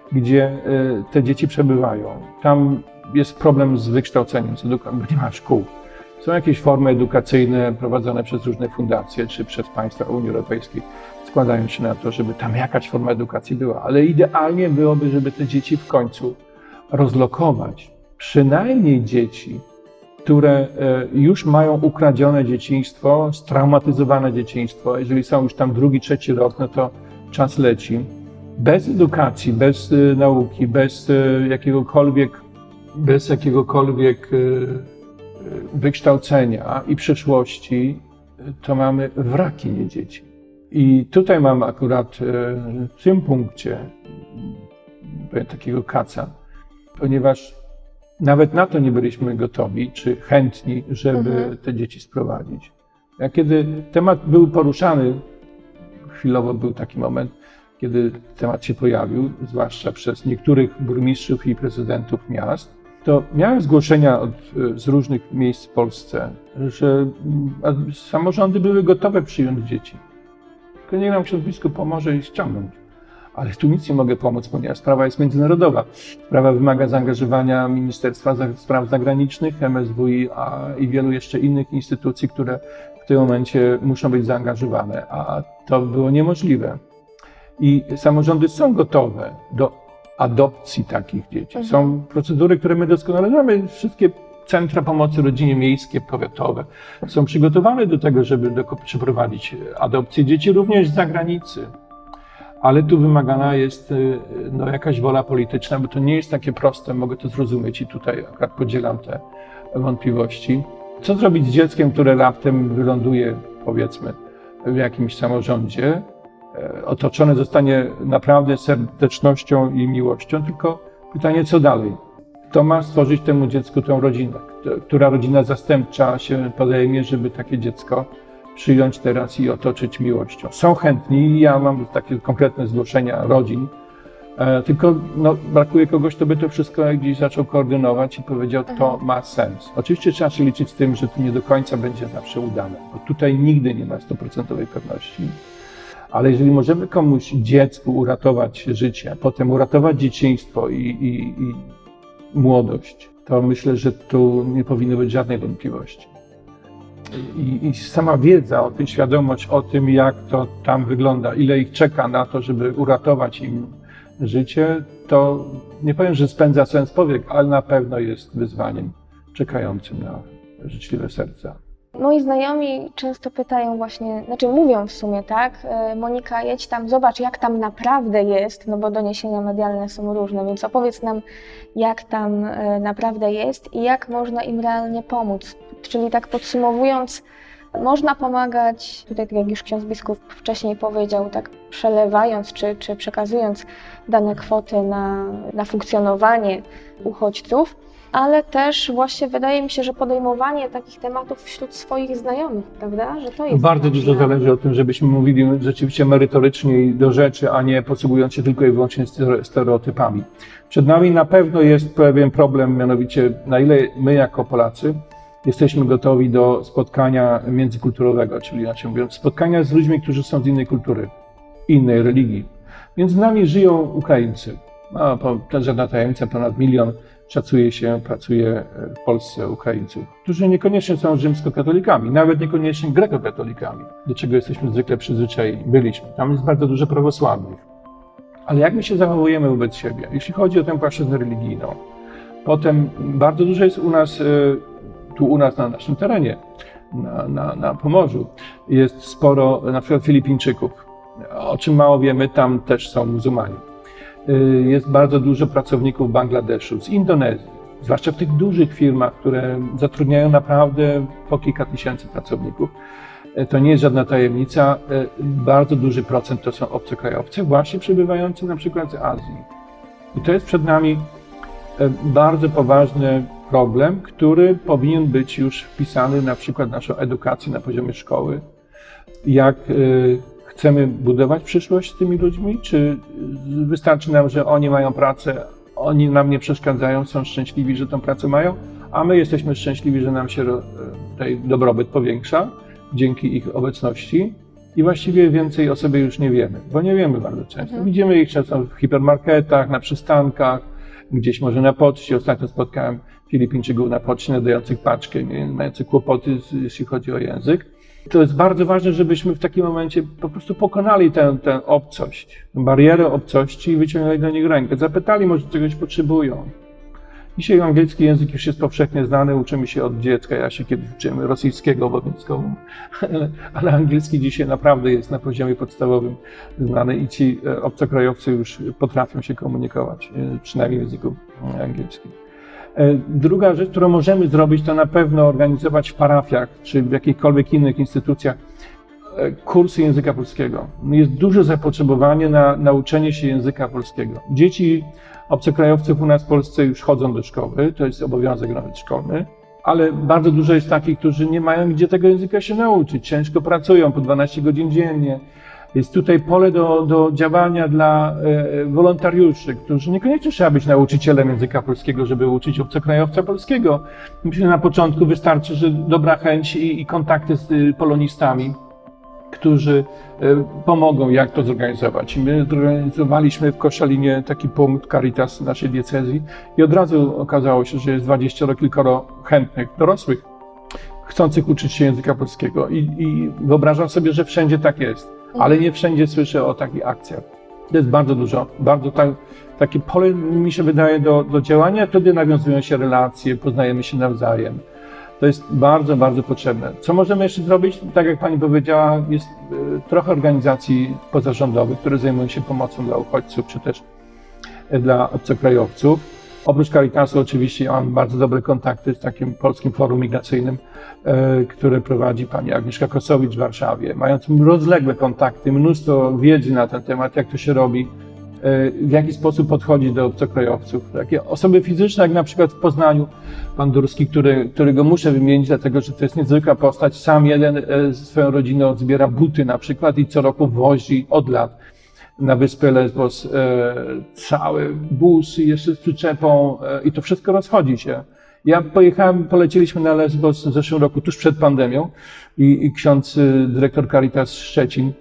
gdzie te dzieci przebywają. Tam jest problem z wykształceniem, bo nie ma szkół. Są jakieś formy edukacyjne prowadzone przez różne fundacje czy przez państwa Unii Europejskiej. Składają się na to, żeby tam jakaś forma edukacji była, ale idealnie byłoby, żeby te dzieci w końcu rozlokować. Przynajmniej dzieci, które już mają ukradzione dzieciństwo, straumatyzowane dzieciństwo. Jeżeli są już tam 2., 3. rok, no to czas leci. Bez edukacji, bez nauki, bez jakiegokolwiek wykształcenia i przyszłości, to mamy wraki, nie dzieci. I tutaj mam akurat w tym punkcie takiego kaca, ponieważ nawet na to nie byliśmy gotowi czy chętni, żeby te dzieci sprowadzić. Kiedy temat był poruszany, chwilowo był taki moment, kiedy temat się pojawił, zwłaszcza przez niektórych burmistrzów i prezydentów miast, to miałem zgłoszenia z różnych miejsc w Polsce, że samorządy były gotowe przyjąć dzieci. Tylko niech nam ksiądz biskup pomoże ich ściągnąć. Ale tu nic nie mogę pomóc, ponieważ sprawa jest międzynarodowa. Sprawa wymaga zaangażowania Ministerstwa Spraw Zagranicznych, MSWiA i wielu jeszcze innych instytucji, które w tym momencie muszą być zaangażowane, a to było niemożliwe. I samorządy są gotowe do adopcji takich dzieci. Są procedury, które my doskonale znamy. Wszystkie centra pomocy rodzinie miejskie, powiatowe są przygotowane do tego, żeby przeprowadzić adopcję dzieci również z zagranicy. Ale tu wymagana jest jakaś wola polityczna, bo to nie jest takie proste, mogę to zrozumieć i tutaj akurat podzielam te wątpliwości. Co zrobić z dzieckiem, które raptem wyląduje, powiedzmy, w jakimś samorządzie, otoczone zostanie naprawdę serdecznością i miłością, tylko pytanie, co dalej? Kto ma stworzyć temu dziecku tę rodzinę? Która rodzina zastępcza się podejmie, żeby takie dziecko przyjąć teraz i otoczyć miłością? Są chętni, ja mam takie konkretne zgłoszenia rodzin, tylko brakuje kogoś, kto by to wszystko gdzieś zaczął koordynować i powiedział, to ma sens. Oczywiście trzeba się liczyć z tym, że to nie do końca będzie zawsze udane, bo tutaj nigdy nie ma 100% pewności. Ale jeżeli możemy komuś, dziecku uratować życie, a potem uratować dzieciństwo i młodość, to myślę, że tu nie powinno być żadnej wątpliwości. I sama wiedza o tym, świadomość o tym, jak to tam wygląda, ile ich czeka na to, żeby uratować im życie, to nie powiem, że spędza sens powiek, ale na pewno jest wyzwaniem czekającym na życzliwe serca. Moi znajomi często pytają właśnie, mówią w sumie tak, Monika, jedź tam, zobacz jak tam naprawdę jest, no bo doniesienia medialne są różne, więc opowiedz nam jak tam naprawdę jest i jak można im realnie pomóc. Czyli tak podsumowując, można pomagać, tutaj tak jak już ksiądz biskup wcześniej powiedział, tak przelewając czy przekazując dane kwoty na funkcjonowanie uchodźców, ale też właśnie wydaje mi się, że podejmowanie takich tematów wśród swoich znajomych, prawda? Że to jest bardzo dużo zależy od tym, żebyśmy mówili rzeczywiście merytorycznie i do rzeczy, a nie posługując się tylko i wyłącznie stereotypami. Przed nami na pewno jest pewien problem, mianowicie na ile my jako Polacy jesteśmy gotowi do spotkania międzykulturowego, czyli inaczej mówiąc, spotkania z ludźmi, którzy są z innej kultury, innej religii. Między nami żyją Ukraińcy. To żadna tajemnica, ponad 1 milion szacuje się, pracuje w Polsce Ukraińców, którzy niekoniecznie są rzymskokatolikami, nawet niekoniecznie grekokatolikami, do czego jesteśmy zwykle przyzwyczajeni, byliśmy. Tam jest bardzo dużo prawosławnych. Ale jak my się zachowujemy wobec siebie, jeśli chodzi o tę płaszczyznę religijną? Potem bardzo dużo jest u nas na naszym terenie, na Pomorzu, jest sporo na przykład Filipińczyków, o czym mało wiemy, tam też są muzułmanie. Jest bardzo dużo pracowników Bangladeszu, z Indonezji, zwłaszcza w tych dużych firmach, które zatrudniają naprawdę po kilka tysięcy pracowników. To nie jest żadna tajemnica, bardzo duży procent to są obcokrajowcy, właśnie przybywający na przykład z Azji. I to jest przed nami bardzo poważny problem, który powinien być już wpisany na przykład w naszą edukację na poziomie szkoły. Jak chcemy budować przyszłość z tymi ludźmi, czy wystarczy nam, że oni mają pracę, oni nam nie przeszkadzają, są szczęśliwi, że tę pracę mają, a my jesteśmy szczęśliwi, że nam się tutaj dobrobyt powiększa dzięki ich obecności. I właściwie więcej o sobie już nie wiemy, bo nie wiemy bardzo często. Widzimy ich często w hipermarketach, na przystankach, gdzieś może na poczcie. Ostatnio spotkałem Filipińczyków na poczcie nadających paczkę, mających kłopoty, jeśli chodzi o język. To jest bardzo ważne, żebyśmy w takim momencie po prostu pokonali tę obcość, barierę obcości i wyciągnęli do nich rękę. Zapytali, może czegoś potrzebują. Dzisiaj angielski język już jest powszechnie znany, uczymy się od dziecka. Ja się kiedyś uczyłem rosyjskiego obowiązkowo, ale angielski dzisiaj naprawdę jest na poziomie podstawowym znany i ci obcokrajowcy już potrafią się komunikować, przynajmniej w języku angielskim. Druga rzecz, którą możemy zrobić, to na pewno organizować w parafiach czy w jakichkolwiek innych instytucjach kursy języka polskiego. Jest duże zapotrzebowanie na nauczenie się języka polskiego. Dzieci obcokrajowców u nas w Polsce już chodzą do szkoły, to jest obowiązek nawet szkolny, ale bardzo dużo jest takich, którzy nie mają gdzie tego języka się nauczyć, ciężko pracują po 12 godzin dziennie. Jest tutaj pole do działania dla wolontariuszy, którzy niekoniecznie trzeba być nauczycielem języka polskiego, żeby uczyć obcokrajowca polskiego. Myślę, że na początku wystarczy, że dobra chęć i kontakty z polonistami, którzy pomogą, jak to zorganizować. My zorganizowaliśmy w Koszalinie taki punkt Caritas naszej diecezji i od razu okazało się, że jest 20 kilkoro chętnych dorosłych, chcących uczyć się języka polskiego i wyobrażam sobie, że wszędzie tak jest, ale nie wszędzie słyszę o takich akcjach. To jest bardzo dużo, bardzo takie pole mi się wydaje do działania, wtedy nawiązują się relacje, poznajemy się nawzajem. To jest bardzo, bardzo potrzebne. Co możemy jeszcze zrobić? Tak jak pani powiedziała, jest trochę organizacji pozarządowych, które zajmują się pomocą dla uchodźców, czy też dla obcokrajowców. Oprócz Caritasu oczywiście ja mam bardzo dobre kontakty z takim Polskim Forum Migracyjnym, które prowadzi pani Agnieszka Kosowicz w Warszawie, mając rozległe kontakty, mnóstwo wiedzy na ten temat, jak to się robi, w jaki sposób podchodzić do obcokrajowców. Takie osoby fizyczne, jak na przykład w Poznaniu, pan Durski, którego muszę wymienić, dlatego że to jest niezwykła postać. Sam jeden ze swoją rodziną zbiera buty na przykład i co roku wozi od lat na wyspę Lesbos cały bus i jeszcze z przyczepą i to wszystko rozchodzi się. Ja polecieliśmy na Lesbos w zeszłym roku, tuż przed pandemią i ksiądz dyrektor Caritas Szczecin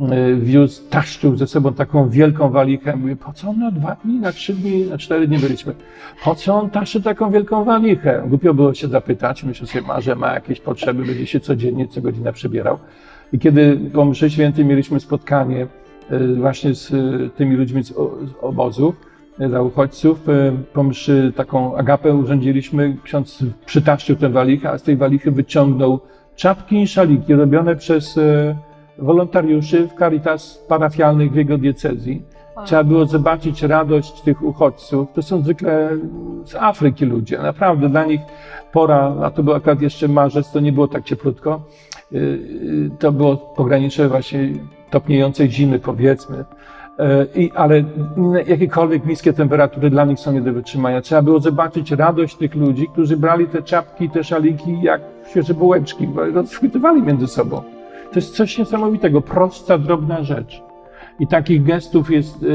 taszczył ze sobą taką wielką walichę. Mówię, po co on na 2 dni, na 3 dni, na 4 dni byliśmy? Po co on taszczy taką wielką walichę? Głupio było się zapytać. Myślę sobie, że ma jakieś potrzeby, będzie się codziennie, co godzinę przebierał. I kiedy po mszy świętej mieliśmy spotkanie właśnie z tymi ludźmi z obozów dla uchodźców, po mszy taką agapę urządziliśmy, ksiądz przytaszczył tę walichę, a z tej walichy wyciągnął czapki i szaliki robione przez wolontariuszy w Caritas parafialnych w jego diecezji. Trzeba było zobaczyć radość tych uchodźców. To są zwykle z Afryki ludzie. Naprawdę dla nich pora, a to był akurat jeszcze marzec, to nie było tak cieplutko. To było pogranicze właśnie topniejącej zimy, powiedzmy. Ale jakiekolwiek niskie temperatury dla nich są nie do wytrzymania. Trzeba było zobaczyć radość tych ludzi, którzy brali te czapki, te szaliki jak świeże bułeczki, bo rozchwytywali między sobą. To jest coś niesamowitego, prosta, drobna rzecz. I takich gestów jest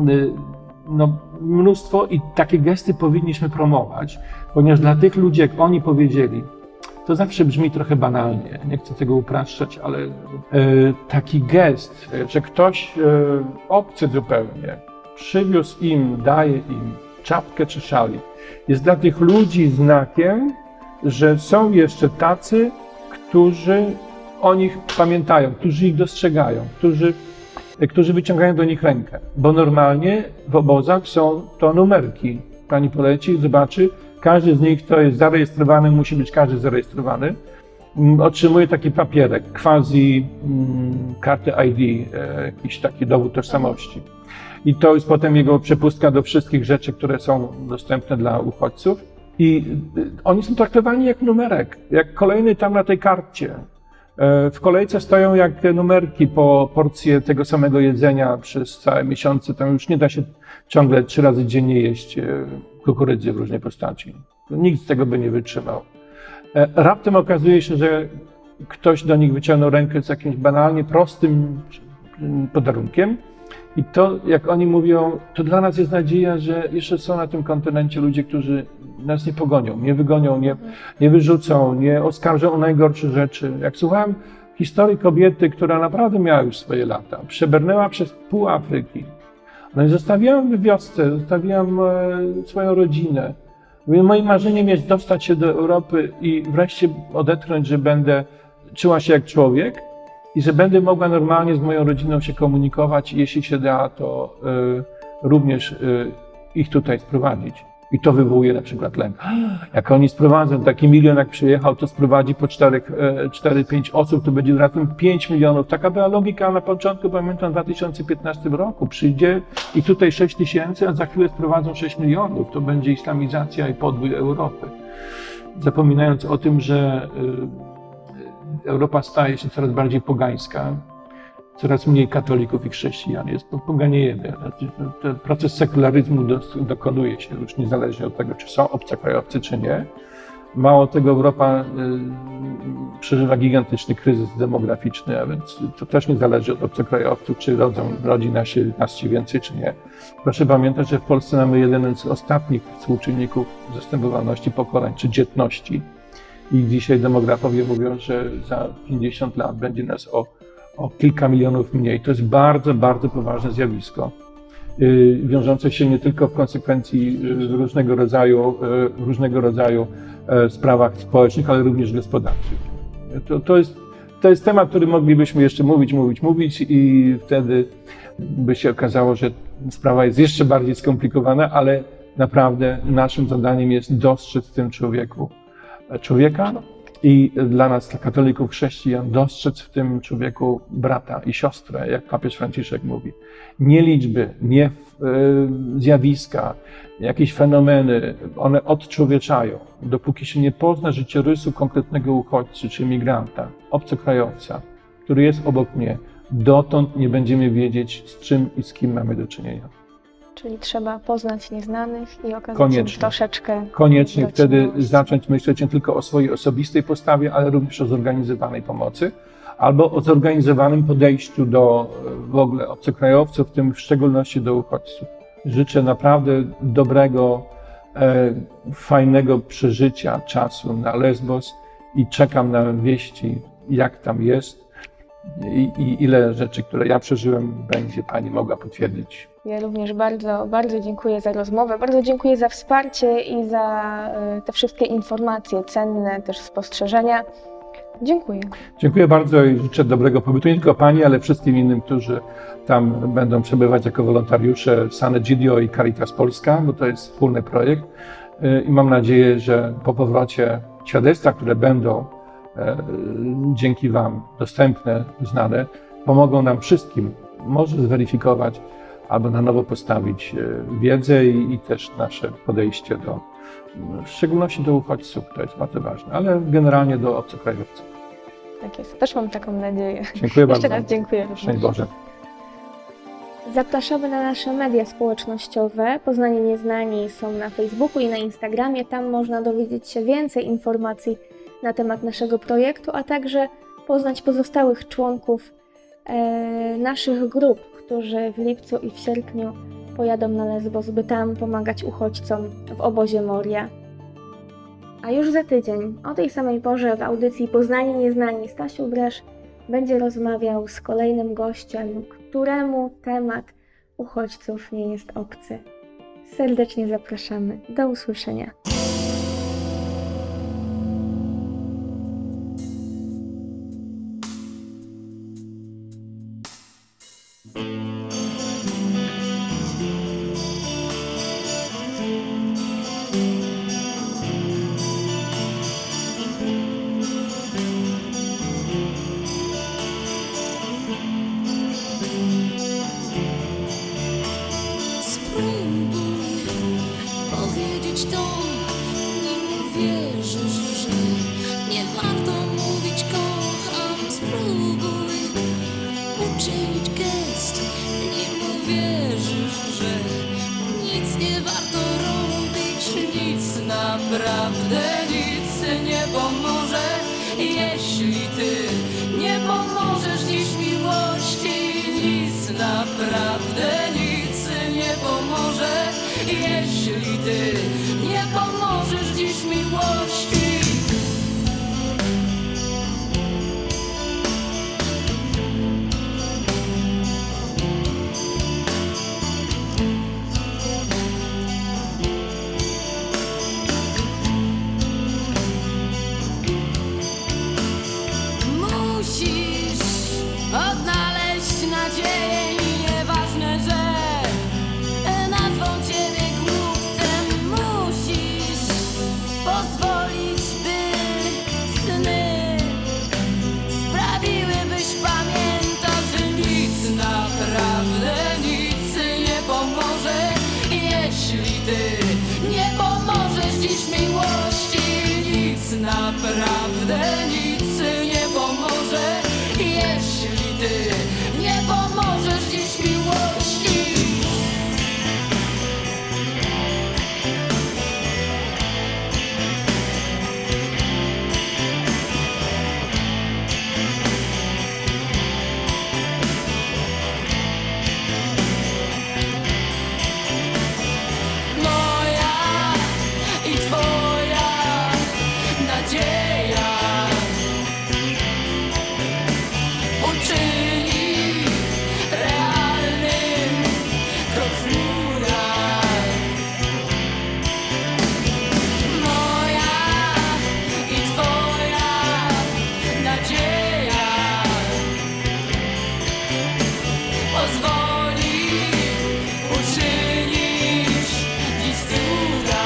mnóstwo i takie gesty powinniśmy promować, ponieważ dla tych ludzi, jak oni powiedzieli, to zawsze brzmi trochę banalnie, nie chcę tego upraszczać, ale taki gest, że ktoś obcy zupełnie przywiózł im, daje im czapkę czy szalik, jest dla tych ludzi znakiem, że są jeszcze tacy, którzy o nich pamiętają, którzy ich dostrzegają, którzy wyciągają do nich rękę. Bo normalnie w obozach są to numerki. Pani poleci, zobaczy, każdy z nich, kto jest zarejestrowany, musi być każdy zarejestrowany, otrzymuje taki papierek, quasi kartę ID, jakiś taki dowód tożsamości. I to jest potem jego przepustka do wszystkich rzeczy, które są dostępne dla uchodźców. I oni są traktowani jak numerek, jak kolejny tam na tej karcie. W kolejce stoją jak numerki po porcję tego samego jedzenia przez całe miesiące. Tam już nie da się ciągle 3 razy dziennie jeść kukurydzy w różnej postaci. Nikt z tego by nie wytrzymał. Raptem okazuje się, że ktoś do nich wyciągnął rękę z jakimś banalnie prostym podarunkiem. I to, jak oni mówią, to dla nas jest nadzieja, że jeszcze są na tym kontynencie ludzie, którzy nas nie pogonią, nie wygonią, nie wyrzucą, nie oskarżą o najgorsze rzeczy. Jak słuchałem historii kobiety, która naprawdę miała już swoje lata. Przebrnęła przez pół Afryki. No i zostawiłam w wiosce, zostawiłam swoją rodzinę. Moim marzeniem jest dostać się do Europy i wreszcie odetchnąć, że będę czuła się jak człowiek i że będę mogła normalnie z moją rodziną się komunikować i jeśli się da, to również ich tutaj sprowadzić. I to wywołuje na przykład lęk. Jak oni sprowadzą, taki milion jak przyjechał, to sprowadzi po 4-5 osób, to będzie razem 5 milionów. Taka była logika na początku, pamiętam, w 2015 roku. Przyjdzie i tutaj 6 tysięcy, a za chwilę sprowadzą 6 milionów. To będzie islamizacja i podbój Europy. Zapominając o tym, że Europa staje się coraz bardziej pogańska, coraz mniej katolików i chrześcijan jest, poganiejemy. Ten proces sekularyzmu dokonuje się już niezależnie od tego, czy są obcokrajowcy, czy nie. Mało tego, Europa przeżywa gigantyczny kryzys demograficzny, a więc to też nie zależy od obcokrajowców, czy rodzi nas się więcej, czy nie. Proszę pamiętać, że w Polsce mamy jeden z ostatnich współczynników zastępowalności pokoleń, czy dzietności. I dzisiaj demografowie mówią, że za 50 lat będzie nas o kilka milionów mniej. To jest bardzo, bardzo poważne zjawisko, wiążące się nie tylko w konsekwencji różnego rodzaju sprawach społecznych, ale również gospodarczych. To jest temat, który moglibyśmy jeszcze mówić i wtedy by się okazało, że sprawa jest jeszcze bardziej skomplikowana, ale naprawdę naszym zadaniem jest dostrzec w tym człowieka i dla nas, dla katolików, chrześcijan, dostrzec w tym człowieku brata i siostrę, jak papież Franciszek mówi. Nie liczby, nie zjawiska, jakieś fenomeny, one odczłowieczają. Dopóki się nie pozna życiorysu konkretnego uchodźcy czy migranta, obcokrajowca, który jest obok mnie, dotąd nie będziemy wiedzieć, z czym i z kim mamy do czynienia. Czyli trzeba poznać nieznanych i okazać się troszeczkę... Koniecznie wtedy zacząć myśleć nie tylko o swojej osobistej postawie, ale również o zorganizowanej pomocy albo o zorganizowanym podejściu do w ogóle obcokrajowców, w tym w szczególności do uchodźców. Życzę naprawdę dobrego, fajnego przeżycia czasu na Lesbos i czekam na wieści, jak tam jest i ile rzeczy, które ja przeżyłem, będzie Pani mogła potwierdzić. Ja również bardzo, bardzo dziękuję za rozmowę, bardzo dziękuję za wsparcie i za te wszystkie informacje, cenne też spostrzeżenia. Dziękuję. Dziękuję bardzo i życzę dobrego pobytu nie tylko Pani, ale wszystkim innym, którzy tam będą przebywać jako wolontariusze San'Egidio i Caritas Polska, bo to jest wspólny projekt i mam nadzieję, że po powrocie świadectwa, które będą dzięki Wam dostępne, znane, pomogą nam wszystkim może zweryfikować albo na nowo postawić wiedzę i też nasze podejście w szczególności do uchodźców, to jest bardzo ważne, ale generalnie do obcokrajowców. Tak jest, też mam taką nadzieję. Dziękuję bardzo. Jeszcze raz dziękuję. Szczęść Boże. Zapraszamy na nasze media społecznościowe. Poznani Nieznani są na Facebooku i na Instagramie. Tam można dowiedzieć się więcej informacji na temat naszego projektu, a także poznać pozostałych członków naszych grup, którzy w lipcu i w sierpniu pojadą na Lesbos, by tam pomagać uchodźcom w obozie Moria. A już za tydzień, o tej samej porze w audycji Poznani Nieznani Stasiu Bresz będzie rozmawiał z kolejnym gościem, któremu temat uchodźców nie jest obcy. Serdecznie zapraszamy. Do usłyszenia. Naprawdę nic nie pomoże, jeśli ty nie pomożesz dziś miłości. Nic, naprawdę nic nie pomoże, jeśli ty nie pomożesz dziś miłości. naprawdę nic nie pomoże, jeśli ty nie pomożesz dziś miłości. Moja i twoja nadzieja uczyni realnym krok w murach. Moja i twoja nadzieja pozwoli uczynić dziś cuda.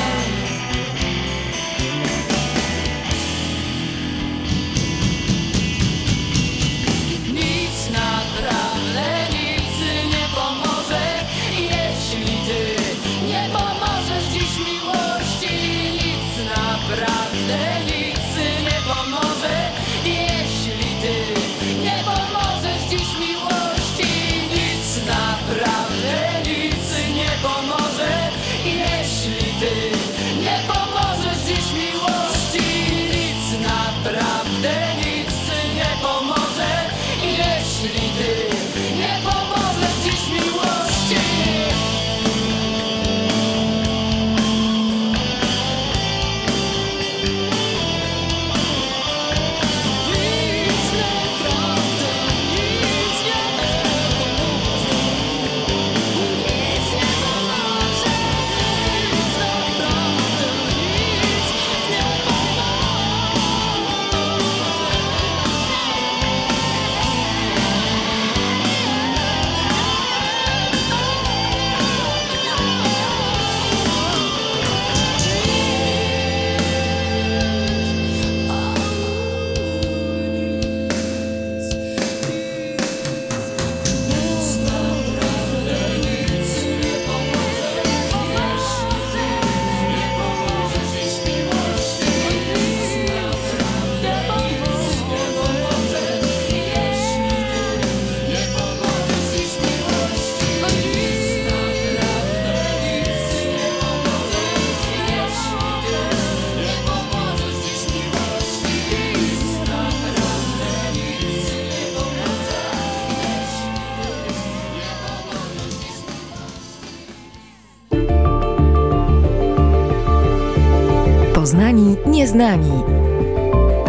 Nic, naprawdę nic nie pomoże, jeśli ty nie pomożesz dziś miłości. Nic, naprawdę nic nie pomoże, jeśli ty nie pomożesz dziś miłości. Nic, naprawdę nic nie pomoże, jeśli ty nie pomożesz dziś miłości. Nic, naprawdę nic nie pomoże, jeśli ty nie pomożesz dziś miłości. Nic, naprawdę nic nie pomoże. Nic nie pomoże. Nic, naprawdę nic nie Poznani nieznani.